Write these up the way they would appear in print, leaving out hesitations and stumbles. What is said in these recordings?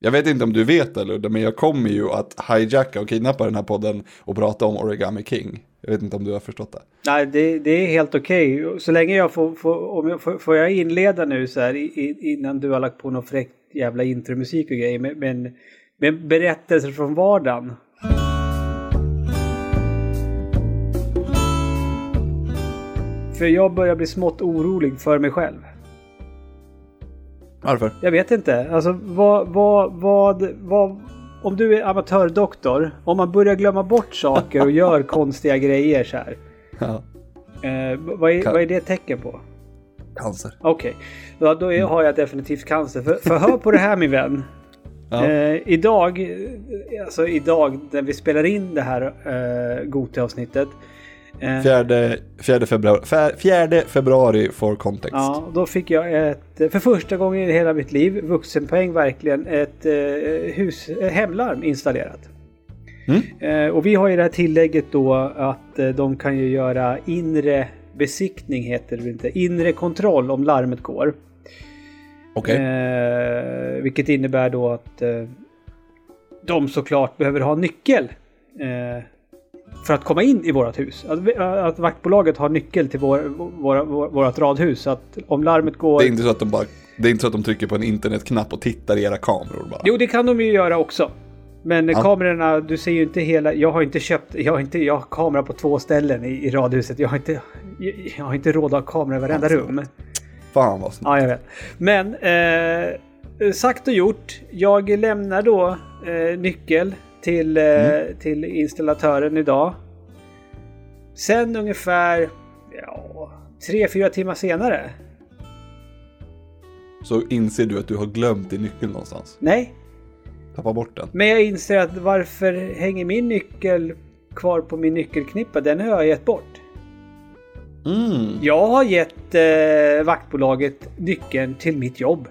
Jag vet inte om du vet det, Ludde, men jag kommer ju att hijacka och kidnappa den här podden och prata om Origami King. Jag vet inte om du har förstått det. Nej, det är helt okej. Så länge jag får jag inleda nu så här innan du har lagt på någon fräckt jävla intromusik och grejer med berättelser från vardagen. För jag börjar bli smått orolig för mig själv. Varför? Jag vet inte. Alltså vad om du är amatördoktor, om man börjar glömma bort saker och gör konstiga grejer så här. Ja. Vad är det ett tecken på? Cancer. Okej. Ja, då har jag definitivt cancer. För hör på det här, min vän. Ja. Idag när vi spelar in det här Gothia-avsnittet. 4 februari för kontext. Ja, då fick jag för första gången i hela mitt liv, vuxenpoäng verkligen, ett hemlarm installerat. Och vi har ju det här tillägget då att de kan ju göra inre besiktning, heter det inte, inre kontroll om larmet går. Okej. Vilket innebär då att de såklart behöver ha nyckel för att komma in i vårat hus. Att vaktbolaget har nyckel till vårat radhus. Så att om larmet går... Det är inte så att de trycker på en internetknapp och tittar i era kameror bara. Jo, det kan de ju göra också. Men kamerorna, du ser ju inte hela... Jag har kamera på 2 ställen i radhuset. Jag har inte råd att ha kamera i varenda rum. Fan vad snart. Ja, jag vet. Men sagt och gjort. Jag lämnar då nyckel till installatören idag. Sen ungefär 3-4 timmar senare. Så inser du att du har glömt din nyckel någonstans? Nej. Tappa bort den. Men jag inser att varför hänger min nyckel kvar på min nyckelknippa? Den har jag gett bort. Jag har gett vaktbolaget nyckeln till mitt jobb.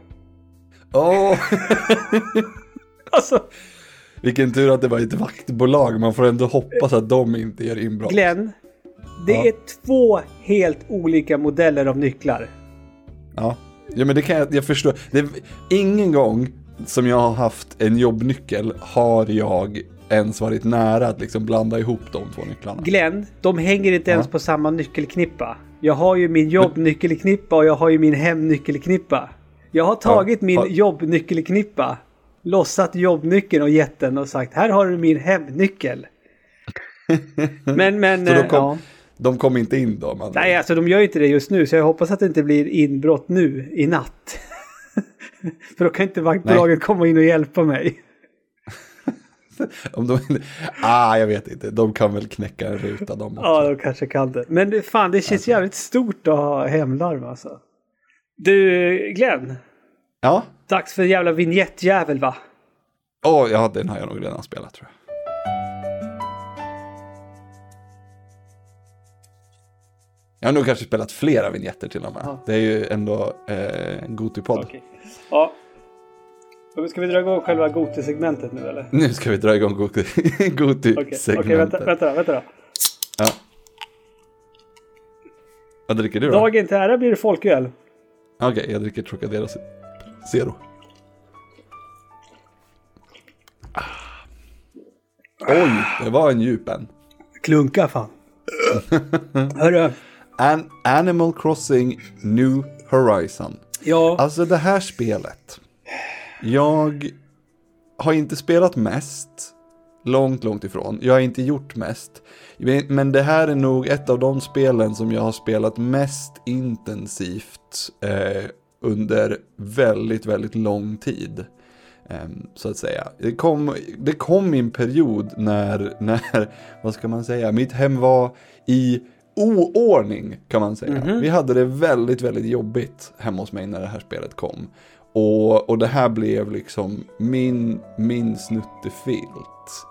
Alltså... Vilken tur att det var ett vaktbolag. Man får ändå hoppas att de inte gör inbrott. Glenn, det är 2 helt olika modeller av nycklar. Ja, men det kan jag förstå. Ingen gång som jag har haft en jobbnyckel har jag ens varit nära att liksom blanda ihop de 2 nycklarna. Glenn, de hänger inte ens på samma nyckelknippa. Jag har ju min jobbnyckelknippa och jag har ju min hemnyckelknippa. Jag har tagit min jobbnyckelknippa, lossat jobbnyckeln och gett den och sagt, här har du min hemnyckel. Men så de kom inte in då? Nej, alltså de gör ju inte det just nu, så jag hoppas att det inte blir inbrott nu i natt. För då kan inte vaktbolaget komma in och hjälpa mig. Jag vet inte. De kan väl knäcka en ruta de också. Ja, de kanske kan det. Men det känns jävligt stort att ha hemlarm alltså. Du, Glenn. Ja? Dags för en jävla vignettjävel, va? Den har jag nog redan spelat, tror jag. Jag har nog kanske spelat flera vignetter till och med. Ja. Det är ju ändå en Gothia-podd. Okay. Ja. Ska vi dra igång själva Gothia-segmentet nu, eller? Nu ska vi dra igång Gothia-segmentet. Okej, vänta då. Ja. Vad dricker du då? Dagen till ära blir det folköl. Okej, jag dricker Trocadero Zero. Oj, det var en djupen. Klunka fan. Hörru. Animal Crossing New Horizon. Ja. Alltså det här spelet. Jag har inte spelat mest. Långt ifrån. Jag har inte gjort mest. Men det här är nog ett av de spelen som jag har spelat mest intensivt under väldigt, väldigt lång tid. Så att säga. Det kom i en period när vad ska man säga, mitt hem var i oordning, kan man säga. Vi hade det väldigt, väldigt jobbigt hemma hos mig när det här spelet kom. Och det här blev liksom min snuttefilt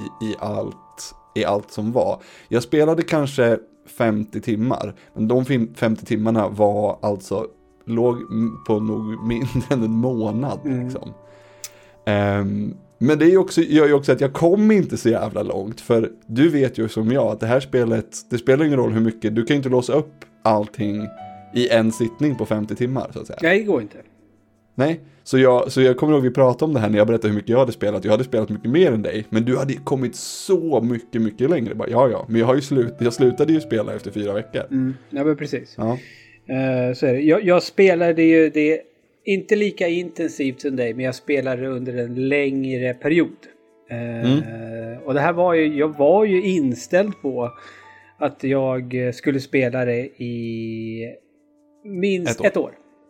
i allt som var. Jag spelade kanske 50 timmar, men de 50 timmarna var alltså låg på nog mindre än en månad liksom. Men det gör ju också att jag kom inte så jävla långt, för du vet ju som jag att det här spelet, det spelar ingen roll hur mycket, du kan inte låsa upp allting i en sittning på 50 timmar så att säga. Nej, det går inte. Nej, så jag kommer ihåg vi pratade om det här när jag berättade hur mycket jag hade spelat. Jag hade spelat mycket mer än dig, men du hade kommit så mycket längre. Bara, ja, men jag slutade ju spela efter 4 veckor. Ja, men precis. Ja. Så är det. Jag spelade ju det inte lika intensivt som dig, men jag spelade under en längre period. Och det här var ju, jag var ju inställd på att jag skulle spela det i minst ett år.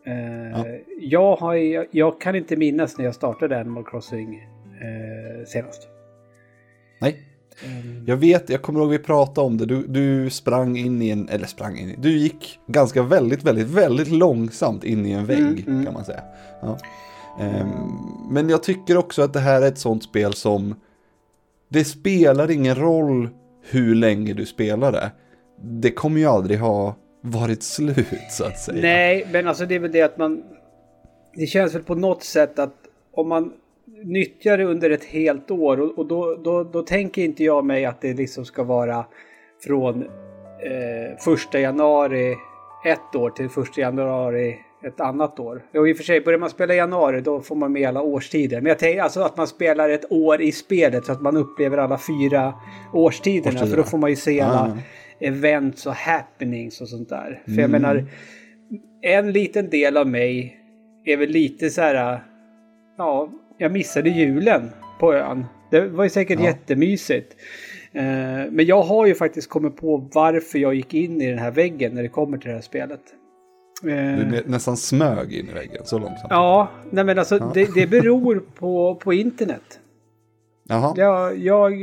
Jag kan inte minnas när jag startade Animal Crossing senast. Nej. Jag kommer ihåg vi pratade om det. Du sprang in i du gick ganska väldigt långsamt in i en vägg kan man säga. Ja. Men jag tycker också att det här är ett sånt spel som det spelar ingen roll hur länge du spelar det. Det kommer ju aldrig ha varit slut så att säga. Nej, men alltså det är väl det att det känns väl på något sätt att om man nyttjar det under ett helt år och då tänker inte jag mig att det liksom ska vara från 1 januari ett år till 1 januari ett annat år. Och i och för sig, börjar man spela i januari då får man med alla årstider. Men jag tänker alltså att man spelar ett år i spelet så att man upplever alla 4 årstiderna. För då får man ju se alla events och happenings och sånt där. För jag menar, en liten del av mig är väl lite så här, jag missade julen på ön. Det var ju säkert jättemysigt. Men jag har ju faktiskt kommit på varför jag gick in i den här väggen när det kommer till det här spelet. Du nästan smög in i väggen så långsamt. Ja, nej men alltså det beror på internet. Jaha.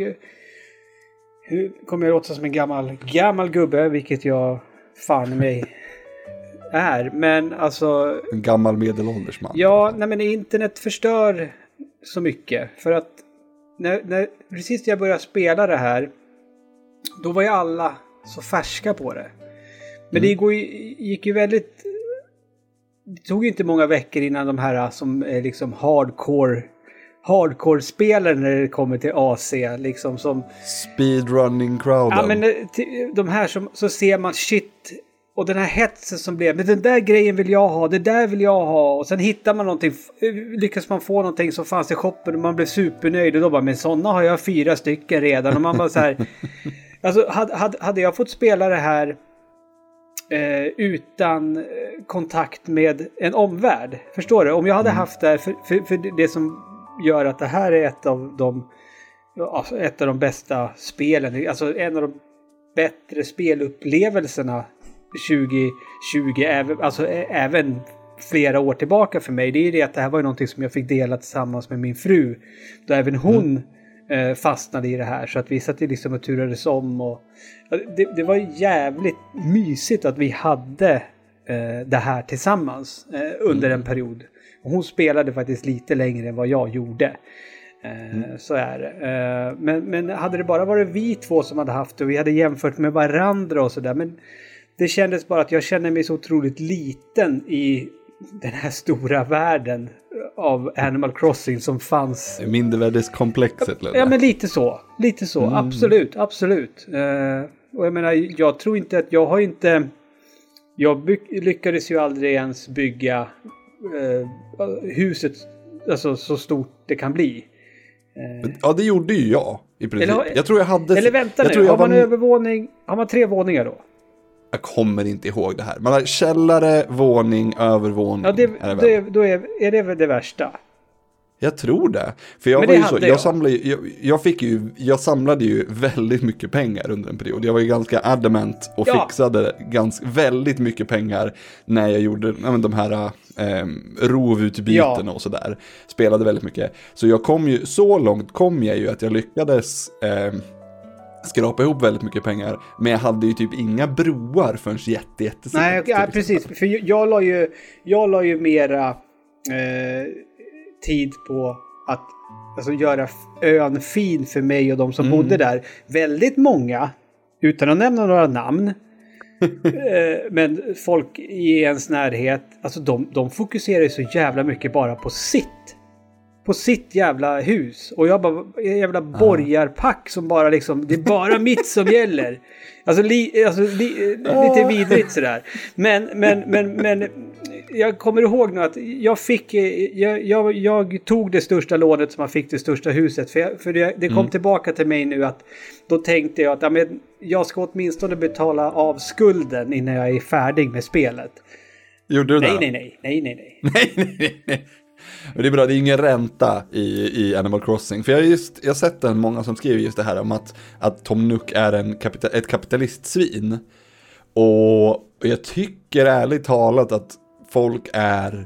Hur kommer jag låta som en gammal gubbe, vilket jag fan mig är. Men alltså... En gammal medelålders man. Ja, nej men internet förstör så mycket. För att när precis när jag började spela det här, då var ju alla så färska på det. Men det gick ju väldigt... Det tog ju inte många veckor innan de här som är liksom hardcore-spelare när det kommer till AC. Liksom som... Speedrunning-crowden. Ja, men de här som... Så ser man shit... Och den här hetsen som blev, men den där grejen vill jag ha, det där vill jag ha. Och sen hittar man någonting, lyckas man få någonting som fanns i shoppen och man blev supernöjd. Och då bara, men sådana har jag 4 stycken redan. Och man bara så här... Alltså, hade jag fått spela det här utan kontakt med en omvärld, förstår du? Om jag hade haft det här, för det som gör att det här är ett av de bästa spelen, alltså en av de bättre spelupplevelserna 2020, även flera år tillbaka för mig, det är det att det här var någonting som jag fick dela tillsammans med min fru, då även hon fastnade i det här, så att vi satt liksom och turades om, och det var jävligt mysigt att vi hade det här tillsammans under en period. Och hon spelade faktiskt lite längre än vad jag gjorde. Så är det. Men hade det bara varit vi två som hade haft det och vi hade jämfört med varandra och sådär, men det kändes bara att jag kände mig så otroligt liten i den här stora världen av Animal Crossing som fanns. Mindervärdeskomplexet. Ja, men lite så. Absolut. Och jag menar, jag tror inte att jag lyckades ju aldrig ens bygga huset alltså så stort det kan bli. Ja, det gjorde ju jag i princip. Jag tror jag hade... Eller vänta nu, har man övervåning, har man 3 våningar då? Jag kommer inte ihåg det här. Man har källare, våning, övervåning. Ja, då är det väl det värsta. Jag tror det. För jag var ju jag samlade ju väldigt mycket pengar under en period. Jag var ju ganska adamant och fixade väldigt mycket pengar när jag gjorde de här rovutbyten och sådär. Spelade väldigt mycket. Så så långt kom jag ju att jag lyckades skrapa ihop väldigt mycket pengar, men jag hade ju typ inga broar förrän jättesent. Nej, precis. För jag la ju mera tid på att alltså, göra ön fin för mig och de som bodde där. Väldigt många, utan att nämna några namn, men folk i ens närhet, alltså de fokuserar ju så jävla mycket bara på på sitt jävla hus. Och jag bara, jävla borgarpack som bara liksom, det är bara mitt som gäller. Alltså, lite vidrigt sådär. Men jag kommer ihåg nu att jag tog det största lånet som man fick det största huset. För det kom tillbaka till mig nu att då tänkte jag att jag ska åtminstone betala av skulden innan jag är färdig med spelet. Gjorde du det? Nej. Nej. Och det är bra, det är ingen ränta i Animal Crossing. För jag har sett många som skriver just det här om att Tom Nook är ett kapitalistsvin. Och jag tycker ärligt talat att folk är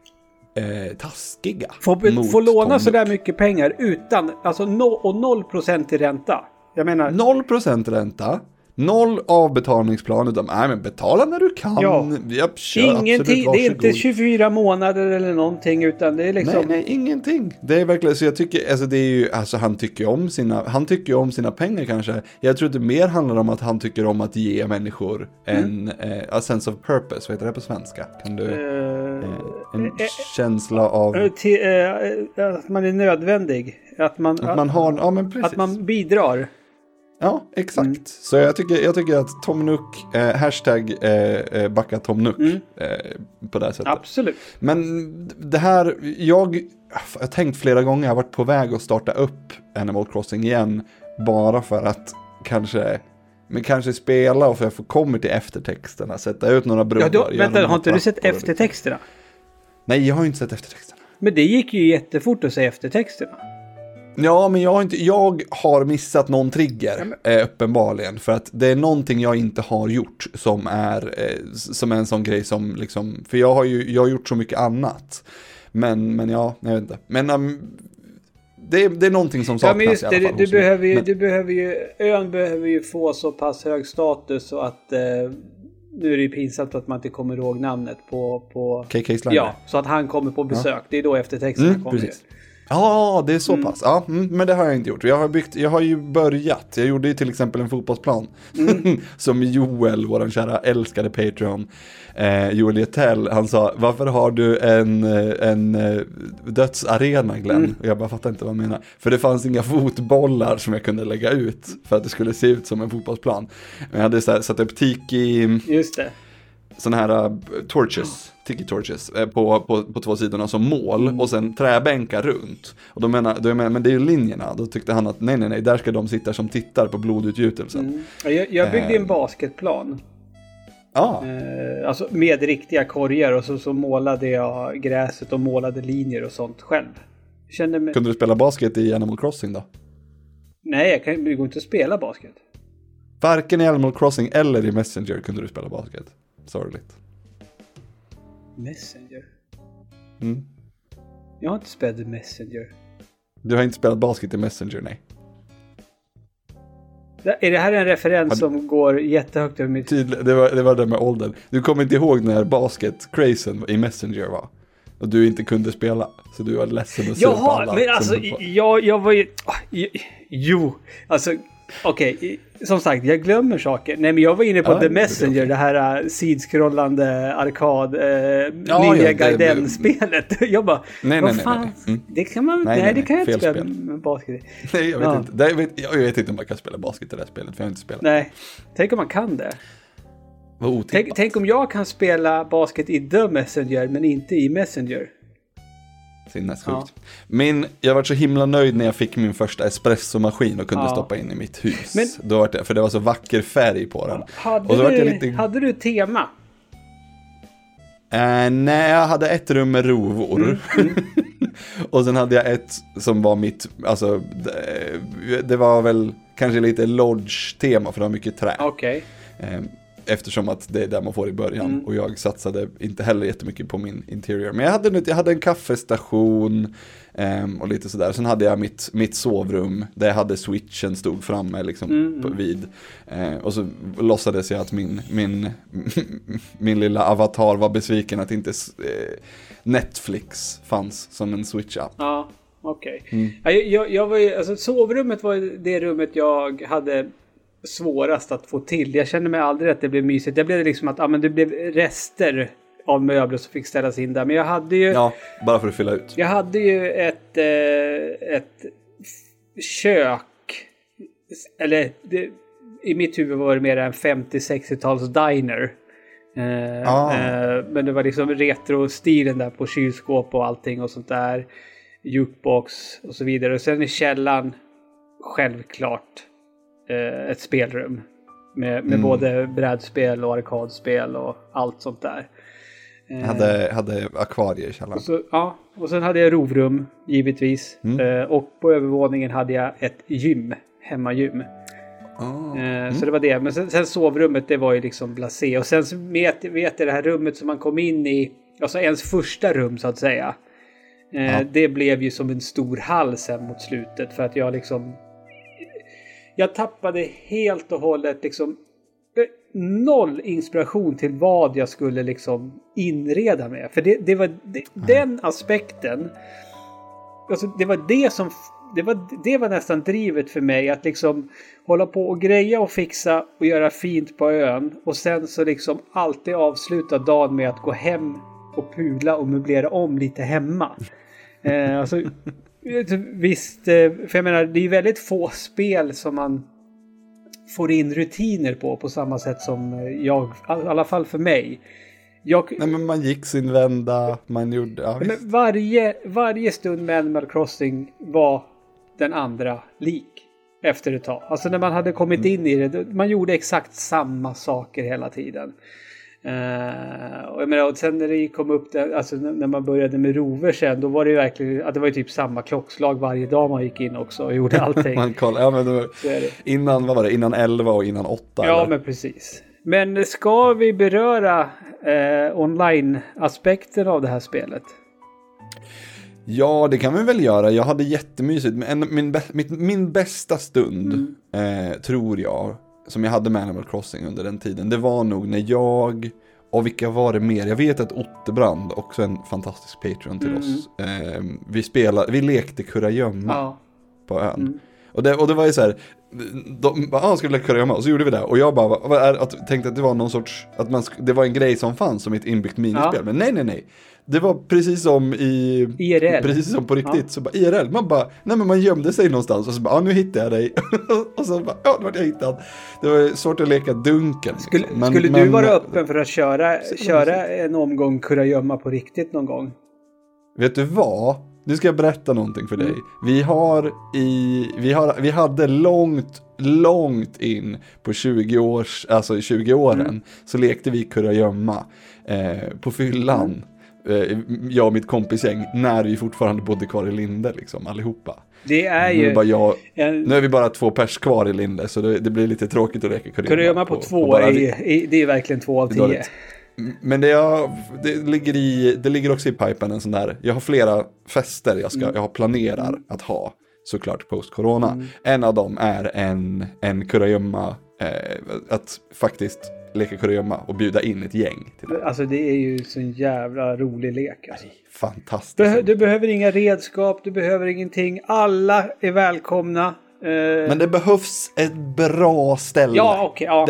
taskiga. Får låna så där mycket pengar utan, alltså 0% i ränta. Jag menar 0% ränta. 0 avbetalningsplan, utan men betala när du kan. Ja. Ingenting, det är inte 24 månader eller någonting, utan det är liksom nej, ingenting. Det är verkligen så, jag tycker alltså det är ju, alltså han tycker om sina pengar kanske. Jag tror det mer handlar om att han tycker om att ge människor en a sense of purpose. Vad heter det på svenska? Kan du en känsla av att man är nödvändig, att man har, ja men precis, att man bidrar. Ja, exakt. Så jag tycker att Tom Nook, hashtag backa Tom Nook på det här sättet. Absolut. Men det här, jag har tänkt flera gånger, jag har varit på väg att starta upp Animal Crossing igen, bara för att kanske spela och för att få komma till eftertexterna, sätta ut några brubbar. Vänta, har inte du sett eftertexterna? Nej, jag har inte sett eftertexterna. Men det gick ju jättefort att se eftertexterna. Ja, men jag har missat någon trigger, uppenbarligen. För att det är någonting jag inte har gjort som är en sån grej som liksom... För jag har gjort så mycket annat. Men ja, jag vet inte. Men det är någonting som saknas, men just det, i alla fall. Ön behöver ju få så pass hög status så att... nu är det ju pinsamt att man inte kommer ihåg namnet på KK Slider. Ja, så att han kommer på besök. Ja. Det är då eftertexterna kommer. Precis. Ja, det är så pass. Ja, men det har jag inte gjort. Jag har ju börjat. Jag gjorde ju till exempel en fotbollsplan. Som Joel, våran kära älskade Patreon, Joel Jetell, han sa, varför har du en dödsarena, Glenn? Och jag bara fattar inte vad han menar. För det fanns inga fotbollar som jag kunde lägga ut för att det skulle se ut som en fotbollsplan. Men jag hade satt upp Just det. Såna här tiki torches på 2 sidorna som mål och sen träbänkar runt. Och då menar men det är ju linjerna. Då tyckte han att nej, där ska de sitta som tittar på blodutgjutelsen. Jag byggde en basketplan. Alltså med riktiga korgar, och så målade jag gräset och målade linjer och sånt själv. Kunde du spela basket i Animal Crossing då? Nej, det går inte att spela basket. Varken i Animal Crossing eller i Messenger kunde du spela basket. Sorgligt. Messenger? Jag har inte spelat Messenger. Du har inte spelat basket i Messenger, nej. Är det här en referens som går jättehögt över mitt... Det var det med åldern. Du kommer inte ihåg när basket-crazen i Messenger var. Och du inte kunde spela. Så du var ledsen och sur på alla. Men alltså, jag var ju... Jo, alltså... Okej, som sagt, jag glömmer saker. Nej, men jag var inne på The Messenger, det här sidskrollande arkad Ninja Gaiden-spelet. Jag bara, vad fan? Det kan man... Nej, det kan jag inte spela med basket. Nej, jag vet inte. Jag vet inte om man kan spela basket i det här spelet, för jag har inte spelat. Nej, tänk om man kan det. Tänk om jag kan spela basket i The Messenger, men inte i Messenger. Sinnessjukt. Jag var så himla nöjd när jag fick min första espressomaskin och kunde stoppa in i mitt hus. För det var så vacker färg på den. Hade du tema? Nej, jag hade ett rum med rovor. Och sen hade jag ett som var mitt, alltså det var väl kanske lite lodge-tema, för det var mycket trä. Okej. Eftersom att det är där man får i början. Och jag satsade inte heller jättemycket på min interior. Men jag hade en kaffestation och lite sådär. Sen hade jag mitt sovrum där jag hade switchen stod framme liksom vid. Och så låtsades jag att min lilla avatar var besviken att inte Netflix fanns som en switch-app. Ja, okej. Jag var ju, alltså sovrummet var det rummet jag hade svårast att få till. Jag kände mig aldrig att det blev mysigt. Det blev liksom att det blev rester av möbler som fick ställas in där. Men jag hade ju... Ja, bara för att fylla ut. Jag hade ju ett kök. Eller i mitt huvud var det mer en 50-60-tals diner. Men det var liksom retro-stilen där på kylskåp och allting och sånt där. Jukebox och så vidare. Och sen i källaren självklart ett spelrum. Med både brädspel och arkadspel och allt sånt där. Hade akvarier i källaren. Och sen hade jag rovrum, givetvis. Och på övervåningen hade jag ett gym, hemmagym. Så det var det. Men sen sovrummet, det var ju liksom blasé. Och sen så vet jag det här rummet som man kom in i, alltså ens första rum så att säga. Det blev ju som en stor hall sen mot slutet. För att jag tappade helt och hållet liksom noll inspiration till vad jag skulle liksom inreda med. För det var den aspekten. Alltså det var nästan drivet för mig att liksom hålla på och greja och fixa och göra fint på ön. Och sen så liksom alltid avsluta dagen med att gå hem och pula och möblera om lite hemma. Alltså visst, för jag menar det är ju väldigt få spel som man får in rutiner på samma sätt som jag, i alla fall för mig. Nej, men man gick sin vända, man gjorde... Ja, men varje stund med Animal Crossing var den andra lik efter ett tag. Alltså när man hade kommit in i det, man gjorde exakt samma saker hela tiden. Och jag menar, och sen när det kom upp där, alltså när man började med rover sen, då var det ju verkligen att det var ju typ samma klockslag varje dag man gick in också och gjorde allting. Man kollade, ja men då, innan, vad var det, innan 11 och innan 8? Ja, eller? Men precis. Men ska vi beröra online-aspekten av det här spelet? Ja, det kan vi väl göra. Jag hade jättemysigt. Min bästa stund, tror jag, som jag hade med Animal Crossing under den tiden, det var nog när jag, och vilka var det mer? Jag vet att Otterbrand, också en fantastisk Patreon till oss, vi lekte kurragömma på ön. Och det var ju så här, ska vi leka kurragömma? Och så gjorde vi det. Och jag bara tänkte att det var någon sorts, det var en grej som fanns som ett inbyggt minispel. Men nej. Det var precis som i IRL. Precis som på riktigt. Så bara IRL. Man bara, nej men man gömde sig någonstans. Och så bara, nu hittade jag dig. Och så bara, nu vart jag hittad. Det var svårt att leka dunken. Skulle du vara öppen för att köra en omgång kurragömma på riktigt någon gång? Vet du vad? Nu ska jag berätta någonting för dig. Vi hade långt in på 20 åren så lekte vi kurragömma på fyllan. Jag och mitt kompisgäng när vi fortfarande bodde kvar i Linde liksom, allihopa. Det är ju... Nu är vi bara 2 pers kvar i Linde, så det blir lite tråkigt att leka kurragömma på 2 det är verkligen 2 av 10. Men det ligger också i pipen en sån där. Jag har flera fester jag planerar att ha, såklart post-corona. En av dem är en kurragömma, att faktiskt leka kurragömma och bjuda in ett gäng till det. Alltså det är ju så en jävla rolig lek. Alltså. Fantastiskt. Du behöver inga redskap, du behöver ingenting. Alla är välkomna. Men det behövs ett bra ställe. Ja, okej. Ja.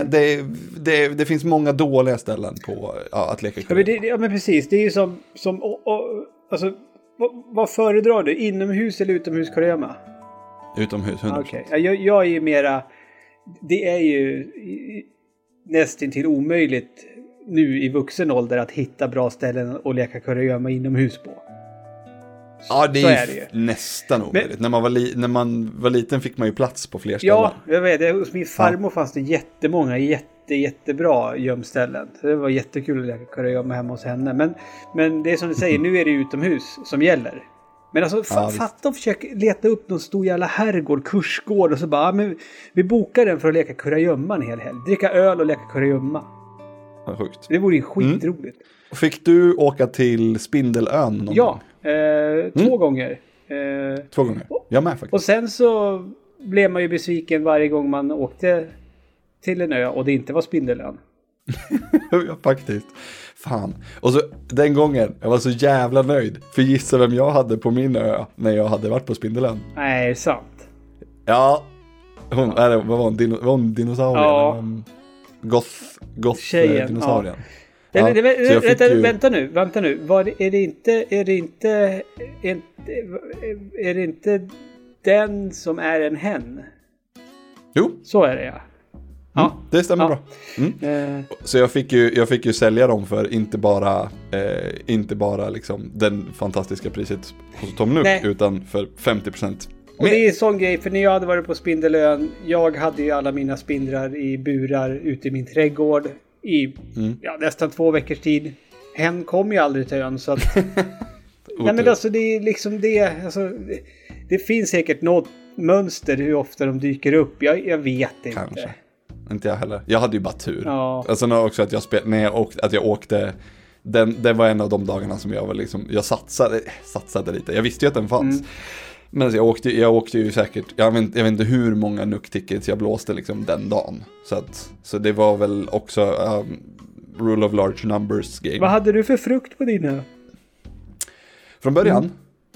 Det finns många dåliga ställen på att leka kurragömma. Ja, men precis. Det är ju som alltså, vad föredrar du? Inomhus eller utomhus kurragömma? Utomhus, 100%. Okej. Jag är ju mera... Det är ju nästintill omöjligt nu i vuxen ålder att hitta bra ställen och leka kurragömma inomhus på. Ja, det är det nästan omöjligt. När man var liten fick man ju plats på fler ställen. Ja, jag vet. Hos min farmor fanns det jättemånga jättebra gömställen. Så det var jättekul att leka kurragömma hemma hos henne. Men det är som du säger, nu är det utomhus som gäller. Men alltså, fatta och försöka leta upp någon stor jävla herrgård, kursgård och så bara, men vi bokar den för att leka kurragömma en hel helg. Dricka öl och leka kurragömma. Ja, sjukt. Det vore ju skitroligt. Fick du åka till Spindelön någon gång? 2 gånger. 2 gånger, jag med faktiskt. Och sen så blev man ju besviken varje gång man åkte till en ö och det inte var Spindelön. Ja, faktiskt. Fan. Och så den gången, jag var så jävla nöjd. För gissa vem jag hade på min ö när jag hade varit på Spindelön. Nej, är det sant? Ja. Vad var hon? Dinosaurien? Ja. Goth-dinosaurien. Vänta nu. Är det inte den som är en hen? Jo. Så är det, ja. Ja, det stämmer bra. Så jag fick ju sälja dem för inte bara liksom den fantastiska priset hos Tom Nook, utan för 50%. Och det är en sån grej, för när jag hade varit på Spindelön, jag hade ju alla mina spindlar i burar ute i min trädgård i nästan 2 veckors tid. Hen kom ju aldrig till ön, så att... Nej, men alltså det är liksom det, alltså, det finns säkert något mönster hur ofta de dyker upp. Jag vet inte. Kanske. Inte jag heller. Jag hade ju bara tur. Ja. Alltså också att jag åkte det var en av de dagarna som jag var liksom, jag satsade lite. Jag visste ju att den fanns. Men alltså jag åkte ju säkert, jag vet inte hur många Nook-tickets jag blåste liksom den dagen. Så det var väl också rule of large numbers game. Vad hade du för frukt på dina? Från början?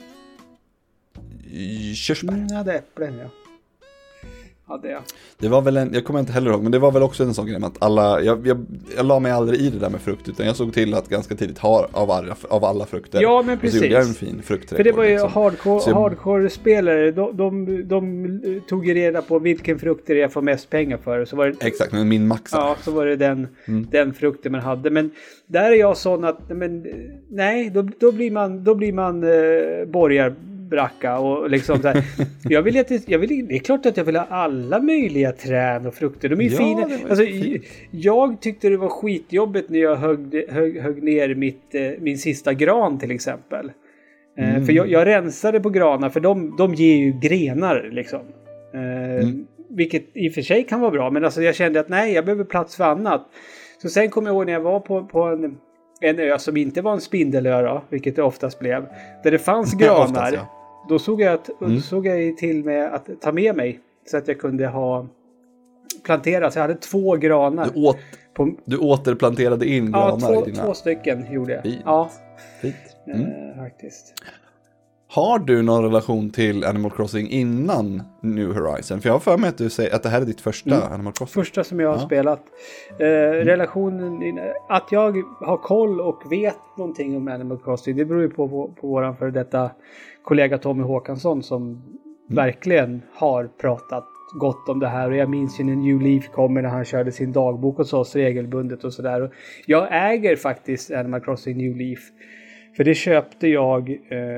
Körsbär. Ja, det är äpplen, ja. Hade jag. Det var väl jag kommer inte heller ihåg, men det var väl också en sån grej att alla, jag la mig aldrig i det där med frukt, utan jag såg till att ganska tidigt ha av alla frukter. Ja, men precis. Och så gjorde jag en fin fruktträdgård. För det var ju liksom. hardcore-spelare, de tog ju reda på vilken frukter jag får mest pengar för. Så var det, exakt, men min maxa. Ja, så var det den frukten man hade. Men där är jag sån att, då blir man borgarbracka och liksom så här. Det är klart att jag vill ha alla möjliga träd och frukter. De är ju fina. Alltså, jag tyckte det var skitjobbigt när jag högg ner min sista gran till exempel. För jag rensade på granar, för de ger ju grenar liksom. Vilket i och för sig kan vara bra, men alltså jag kände att jag behöver plats för annat. Så sen kom jag ihåg när jag var på en ö som inte var en spindelö då, vilket det oftast blev, där det fanns granar. Oftast, ja. Då såg jag till med att ta med mig så att jag kunde ha planterat. Så jag hade 2 granar. Du återplanterade in granar i dina... 2 stycken gjorde jag. Fint. Ja. Fint. Faktiskt. Har du någon relation till Animal Crossing innan New Horizon? För jag har för mig att du säger att det här är ditt första Animal Crossing. Första som jag har spelat. Relationen, att jag har koll och vet någonting om Animal Crossing, det beror ju på våran för detta kollega Tommy Håkansson som verkligen har pratat gott om det här. Och jag minns ju när New Leaf kommer, när han körde sin dagbok hos oss regelbundet och sådär. Jag äger faktiskt Animal Crossing New Leaf. För det köpte jag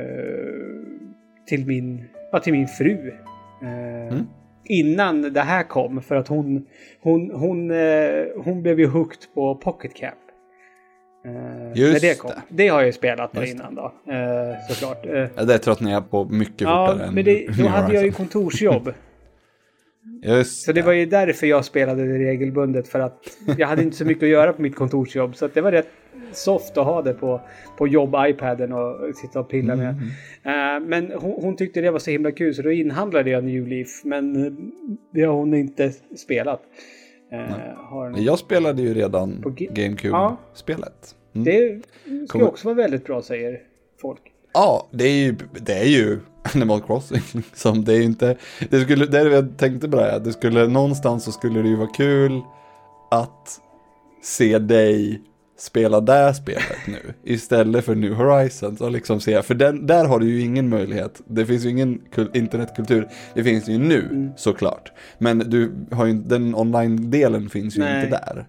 till min fru. Innan det här kom. För att hon blev ju hooked på Pocket Camp. När det kom. Det har jag ju spelat på innan då. Såklart. Det tröttnade jag på mycket fortare än... Men då hade jag ju kontorsjobb. Så det var ju därför jag spelade det regelbundet. För att jag hade inte så mycket att göra på mitt kontorsjobb. Så att det var rätt soft att ha det på jobb-iPaden och sitta och pilla med. Men hon tyckte det var så himla kul, så då inhandlade jag New Leaf. Men det har hon inte spelat. Jag spelade ju redan på GameCube-spelet. Det ska också vara väldigt bra, säger folk. Ja, det är ju Animal Crossing. Som det är inte... jag tänkte bara, det skulle någonstans så skulle det ju vara kul att se dig spela det spelet nu istället för New Horizon, så liksom se, för där har du ju ingen möjlighet. Det finns ju ingen internetkultur. Det finns ju nu såklart. Men du har ju den online-delen finns ju inte där.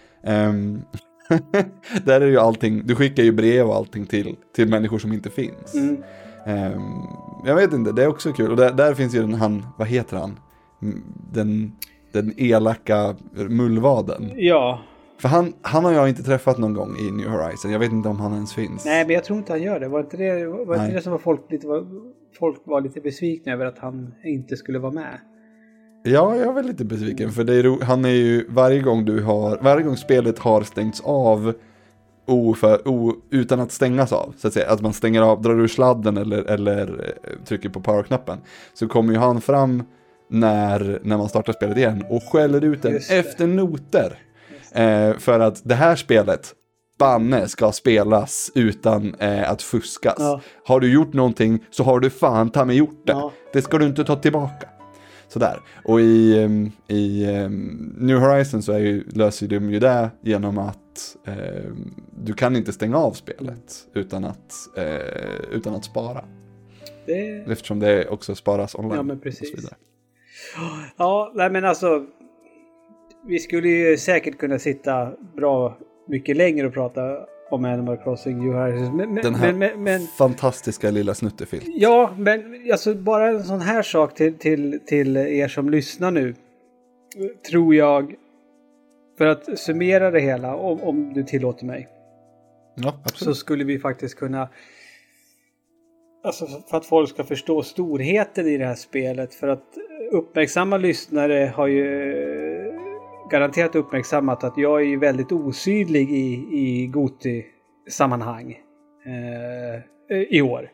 Där är ju allting, du skickar ju brev och allting till människor som inte finns. Jag vet inte, det är också kul. Och där finns ju vad heter han? Den elaka mullvaden. Ja. För han har jag inte träffat någon gång i New Horizon. Jag vet inte om han ens finns. Nej, men jag tror inte han gör det. Var inte det som folk var lite besvikna över att han inte skulle vara med? Ja, jag är väl lite besviken. För han är ju varje gång spelet har stängts av utan att stängas av, så att säga, att man stänger av, drar ur sladden eller trycker på powerknappen, så kommer ju han fram när man startar spelet igen och skäller ut den efter noter. För att det här spelet banne ska spelas utan att fuskas. Ja. Har du gjort någonting så har du fan ta mig gjort det. Ja. Det ska du inte ta tillbaka. sådär. Och i New Horizons så löser de ju det genom att du kan inte stänga av spelet utan att spara. Eftersom det också sparas online. Ja, men precis. Ja, nej men alltså vi skulle ju säkert kunna sitta bra mycket längre och prata om Animal Crossing New Horizons. Den här fantastiska lilla snuttefilt. Ja, men alltså bara en sån här sak till er som lyssnar nu. Tror jag, för att summera det hela, om du tillåter mig. Ja, absolut. Så skulle vi faktiskt kunna, alltså för att folk ska förstå storheten i det här spelet, för att uppmärksamma lyssnare har ju garanterat uppmärksammat att jag är väldigt osynlig i Goti-sammanhang i år.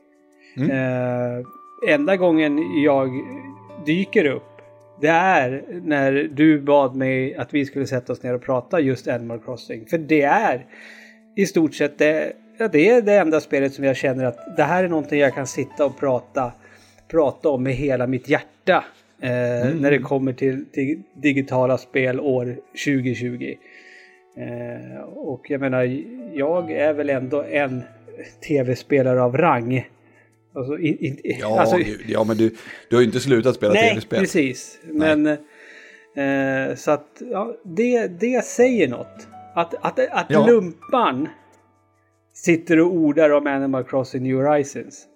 Enda gången jag dyker upp, det är när du bad mig att vi skulle sätta oss ner och prata just Animal Crossing. För det är i stort sett det är det enda spelet som jag känner att det här är någonting jag kan sitta och prata om med hela mitt hjärta. När det kommer till digitala spel år 2020. Och jag menar, jag är väl ändå en tv-spelare av rang. Alltså, men du har ju inte slutat spela tv-spel. Nej, precis. Men så att det säger något. Att lumpan sitter och ordar om Animal Crossing New Horizons.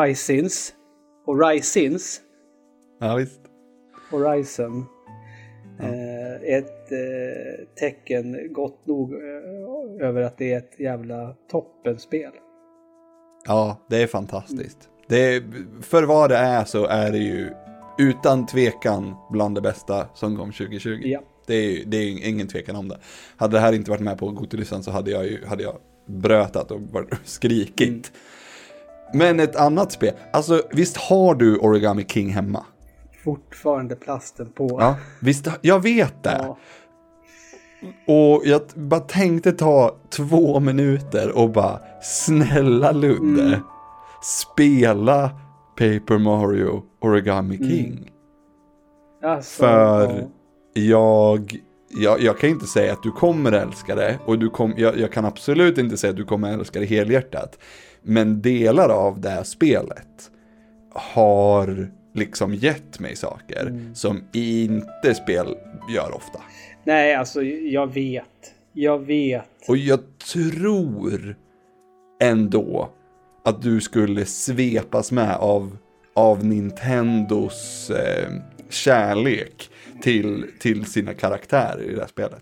Ja, visst. Horizon. Ett tecken gott nog över att det är ett jävla toppenspel. Ja, det är fantastiskt. För vad det är så är det ju utan tvekan bland det bästa som kom 2020. Ja. Det är ingen tvekan om det. Hade det här inte varit med på Gotilistan så hade jag brötat och skrikit. Men ett annat spel. Alltså, visst har du Origami King hemma? Fortfarande plasten på. Ja, visst, jag vet det. Ja. Och jag bara tänkte ta 2 minuter och bara, snälla Ludde, spela Paper Mario Origami King. Alltså, för jag kan inte säga att du kommer älska det, och jag kan absolut inte säga att du kommer älska det helhjärtat. Men delar av det här spelet har liksom gett mig saker som inte spel gör ofta. Nej, alltså jag vet. Och jag tror ändå att du skulle svepas med av Nintendos kärlek till sina karaktärer i det här spelet.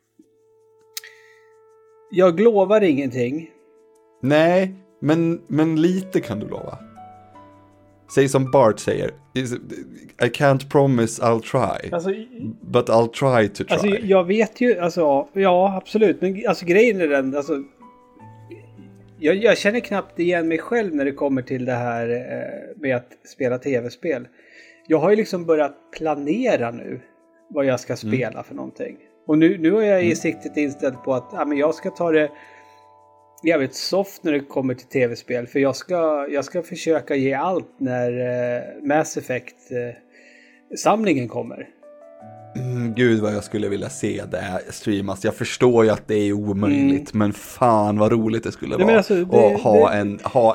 Jag lovar ingenting. Nej, men lite kan du lova. Säg som Bart säger. I can't promise I'll try. Alltså, but I'll try to try. Alltså, jag vet ju, alltså, ja absolut. Men alltså grejen är den, alltså, jag känner knappt igen mig själv när det kommer till det här med att spela tv-spel. Jag har ju liksom börjat planera nu vad jag ska spela för någonting. Och nu är jag i siktet inställd på att men jag ska ta det jävligt soft när det kommer till tv-spel. För jag ska försöka ge allt när Mass Effect-samlingen kommer. Gud vad jag skulle vilja se det streamas. Jag förstår ju att det är omöjligt. Men fan vad roligt det skulle vara. Alltså, och ha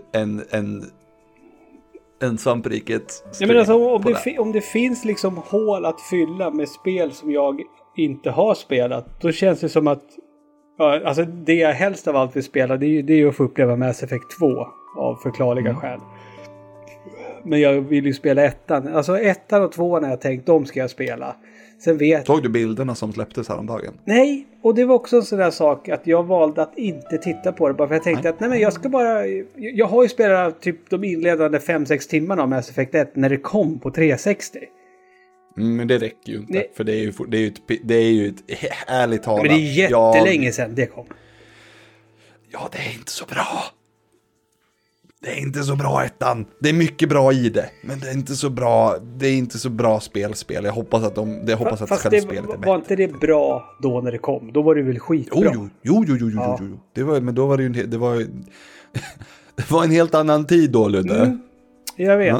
en svampriket stream alltså, om det finns liksom hål att fylla med spel som jag inte har spelat. Då känns det som att alltså det jag helst av allt vill spela, det är ju att få uppleva Mass Effect 2 av förklarliga skäl. Men jag vill ju spela 1:an. Alltså 1:an och 2:an har jag tänkt, de ska jag spela. Sen Såg du bilderna som släpptes häromdagen? Nej, och det var också en sån där sak att jag valde att inte titta på det. Bara för jag tänkte att men jag ska bara... Jag har ju spelat typ de inledande 5-6 timmarna av Mass Effect 1 när det kom på 360. Men det räcker ju inte. Nej. För det är ju ett ärligt talat. Men det är jättelänge sedan det kom. Ja, det är inte så bra. Det är inte så bra 1:an. Det är mycket bra i det. Men det är inte så bra. Det är inte så bra spel. Jag hoppas att fast det spelet är bättre. Var inte det bra då när det kom? Då var det väl skitbra. Jo. Det var, men då var det ju det var en helt annan tid då, Ludde. Jag vet.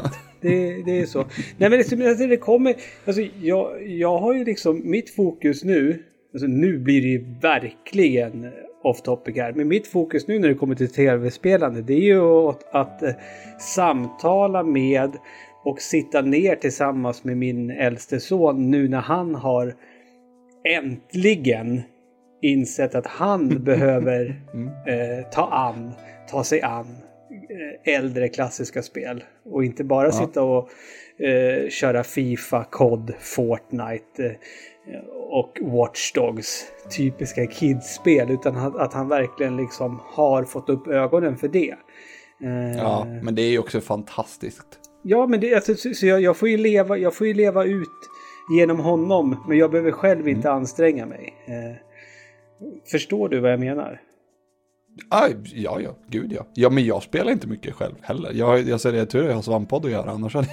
det är så. Nej, men det kommer... Alltså, jag har ju liksom... Mitt fokus nu... Alltså, nu blir det ju verkligen off topic här. Men mitt fokus nu när det kommer till tv-spelande, det är ju att samtala med och sitta ner tillsammans med min äldste son nu när han har äntligen insett att han behöver ta sig an äldre klassiska spel och inte bara sitta och köra FIFA, COD, Fortnite och Watch Dogs, typiska kidsspel, utan att han verkligen liksom har fått upp ögonen för det. Ja, men det är ju också fantastiskt. Ja, men det, alltså, så jag får ju leva ut genom honom, men jag behöver själv inte anstränga mig. Förstår du vad jag menar? Ja, gud ja. Ja, men jag spelar inte mycket själv heller. Jag säger det, jag har svamppodd att göra,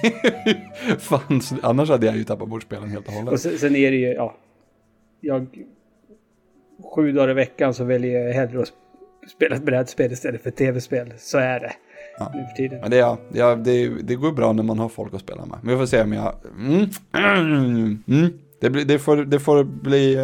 annars hade jag ju tappat bort spelen helt och hållet. Och sen är det ju, jag 7 dagar i veckan så väljer jag hellre att spela ett brädspel istället för tv-spel. Så är det nu för tiden. Men det går bra när man har folk att spela med. Men vi får se om jag... Det får bli...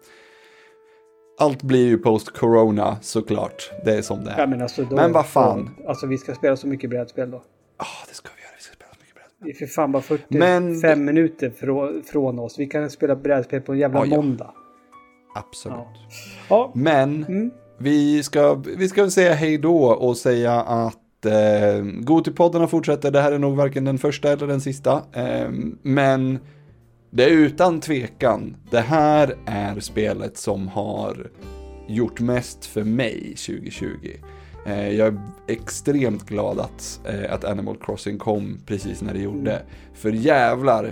Allt blir ju post-corona såklart. Det är som det är. Ja, men vad fan. Alltså vi ska spela så mycket brädspel då. Det ska vi göra. Vi ska spela så mycket brädspel. Det är för fan bara 45 minuter från oss. Vi kan spela brädspel på en jävla måndag. Absolut. Ja. Men vi ska säga hej då och säga att Gotipoddarna fortsätter. Det här är nog varken den första eller den sista. Men det är utan tvekan. Det här är spelet som har gjort mest för mig 2020. Jag är extremt glad att Animal Crossing kom precis när det gjorde. För jävlar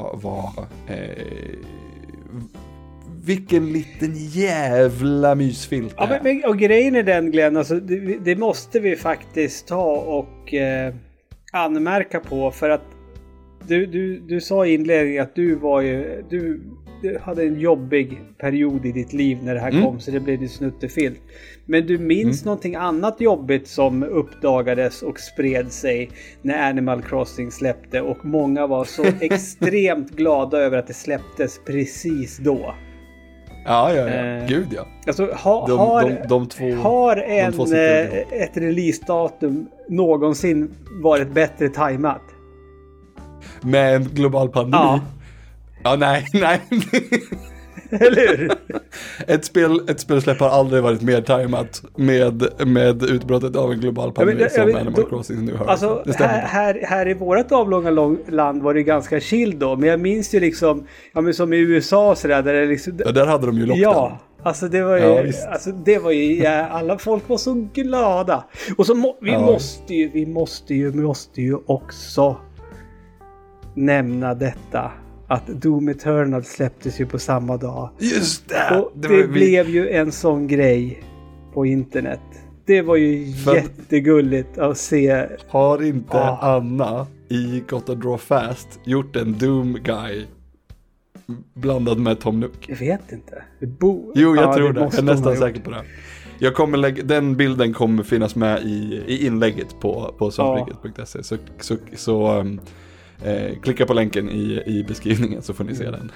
vilken liten jävla mysfilt. Ja, men och grejen är den, Glenn, alltså, det måste vi faktiskt ta och anmärka på, för att du sa i inledningen att du hade en jobbig period i ditt liv när det här kom, så det blev ju snuttefilt. Men du minns någonting annat jobbigt som uppdagades och spred sig när Animal Crossing släppte, och många var så extremt glada över att det släpptes precis då. Ja. Gud ja. Alltså, har ett releasedatum någonsin varit bättre tajmat? Med en global pandemi? Ja, nej. Eller hur? Ett spelsläpp har aldrig varit mer tajmat med utbrottet av en global pandemi som Animal Crossing nu har. Alltså, här i vårt avlånga land var det ganska chill då. Men jag minns ju liksom, men som i USA så där det liksom... Ja, där hade de ju lockdown. Ja, alltså det var ju alla folk var så glada. Och så vi måste ju också nämna detta, att Doom Eternal släpptes ju på samma dag. Just det! Och det blev ju en sån grej på internet. Det var ju jättegulligt att se. Har inte Anna i Gotta Draw Fast gjort en Doom Guy blandad med Tom Nook? Jag vet inte. Jo, jag tror det. Jag är nästan säker på det. Jag kommer den bilden kommer finnas med i inlägget på svampriket.se. Så klicka på länken i beskrivningen så får ni se den.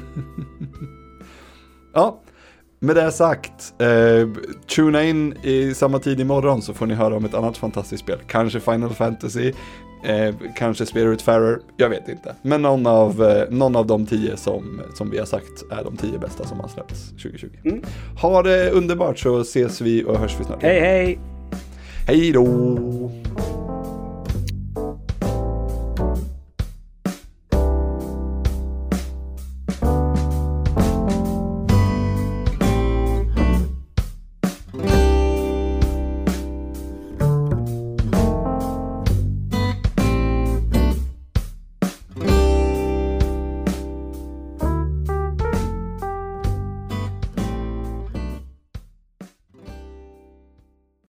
Ja, med det sagt, tuna in i samma tid imorgon så får ni höra om ett annat fantastiskt spel. Kanske Final Fantasy, kanske Spiritfarer, jag vet inte. Men någon av de 10 som vi har sagt är de 10 bästa som har släppts 2020. Ha det underbart, så ses vi och hörs vi snart. Hej! Hej då!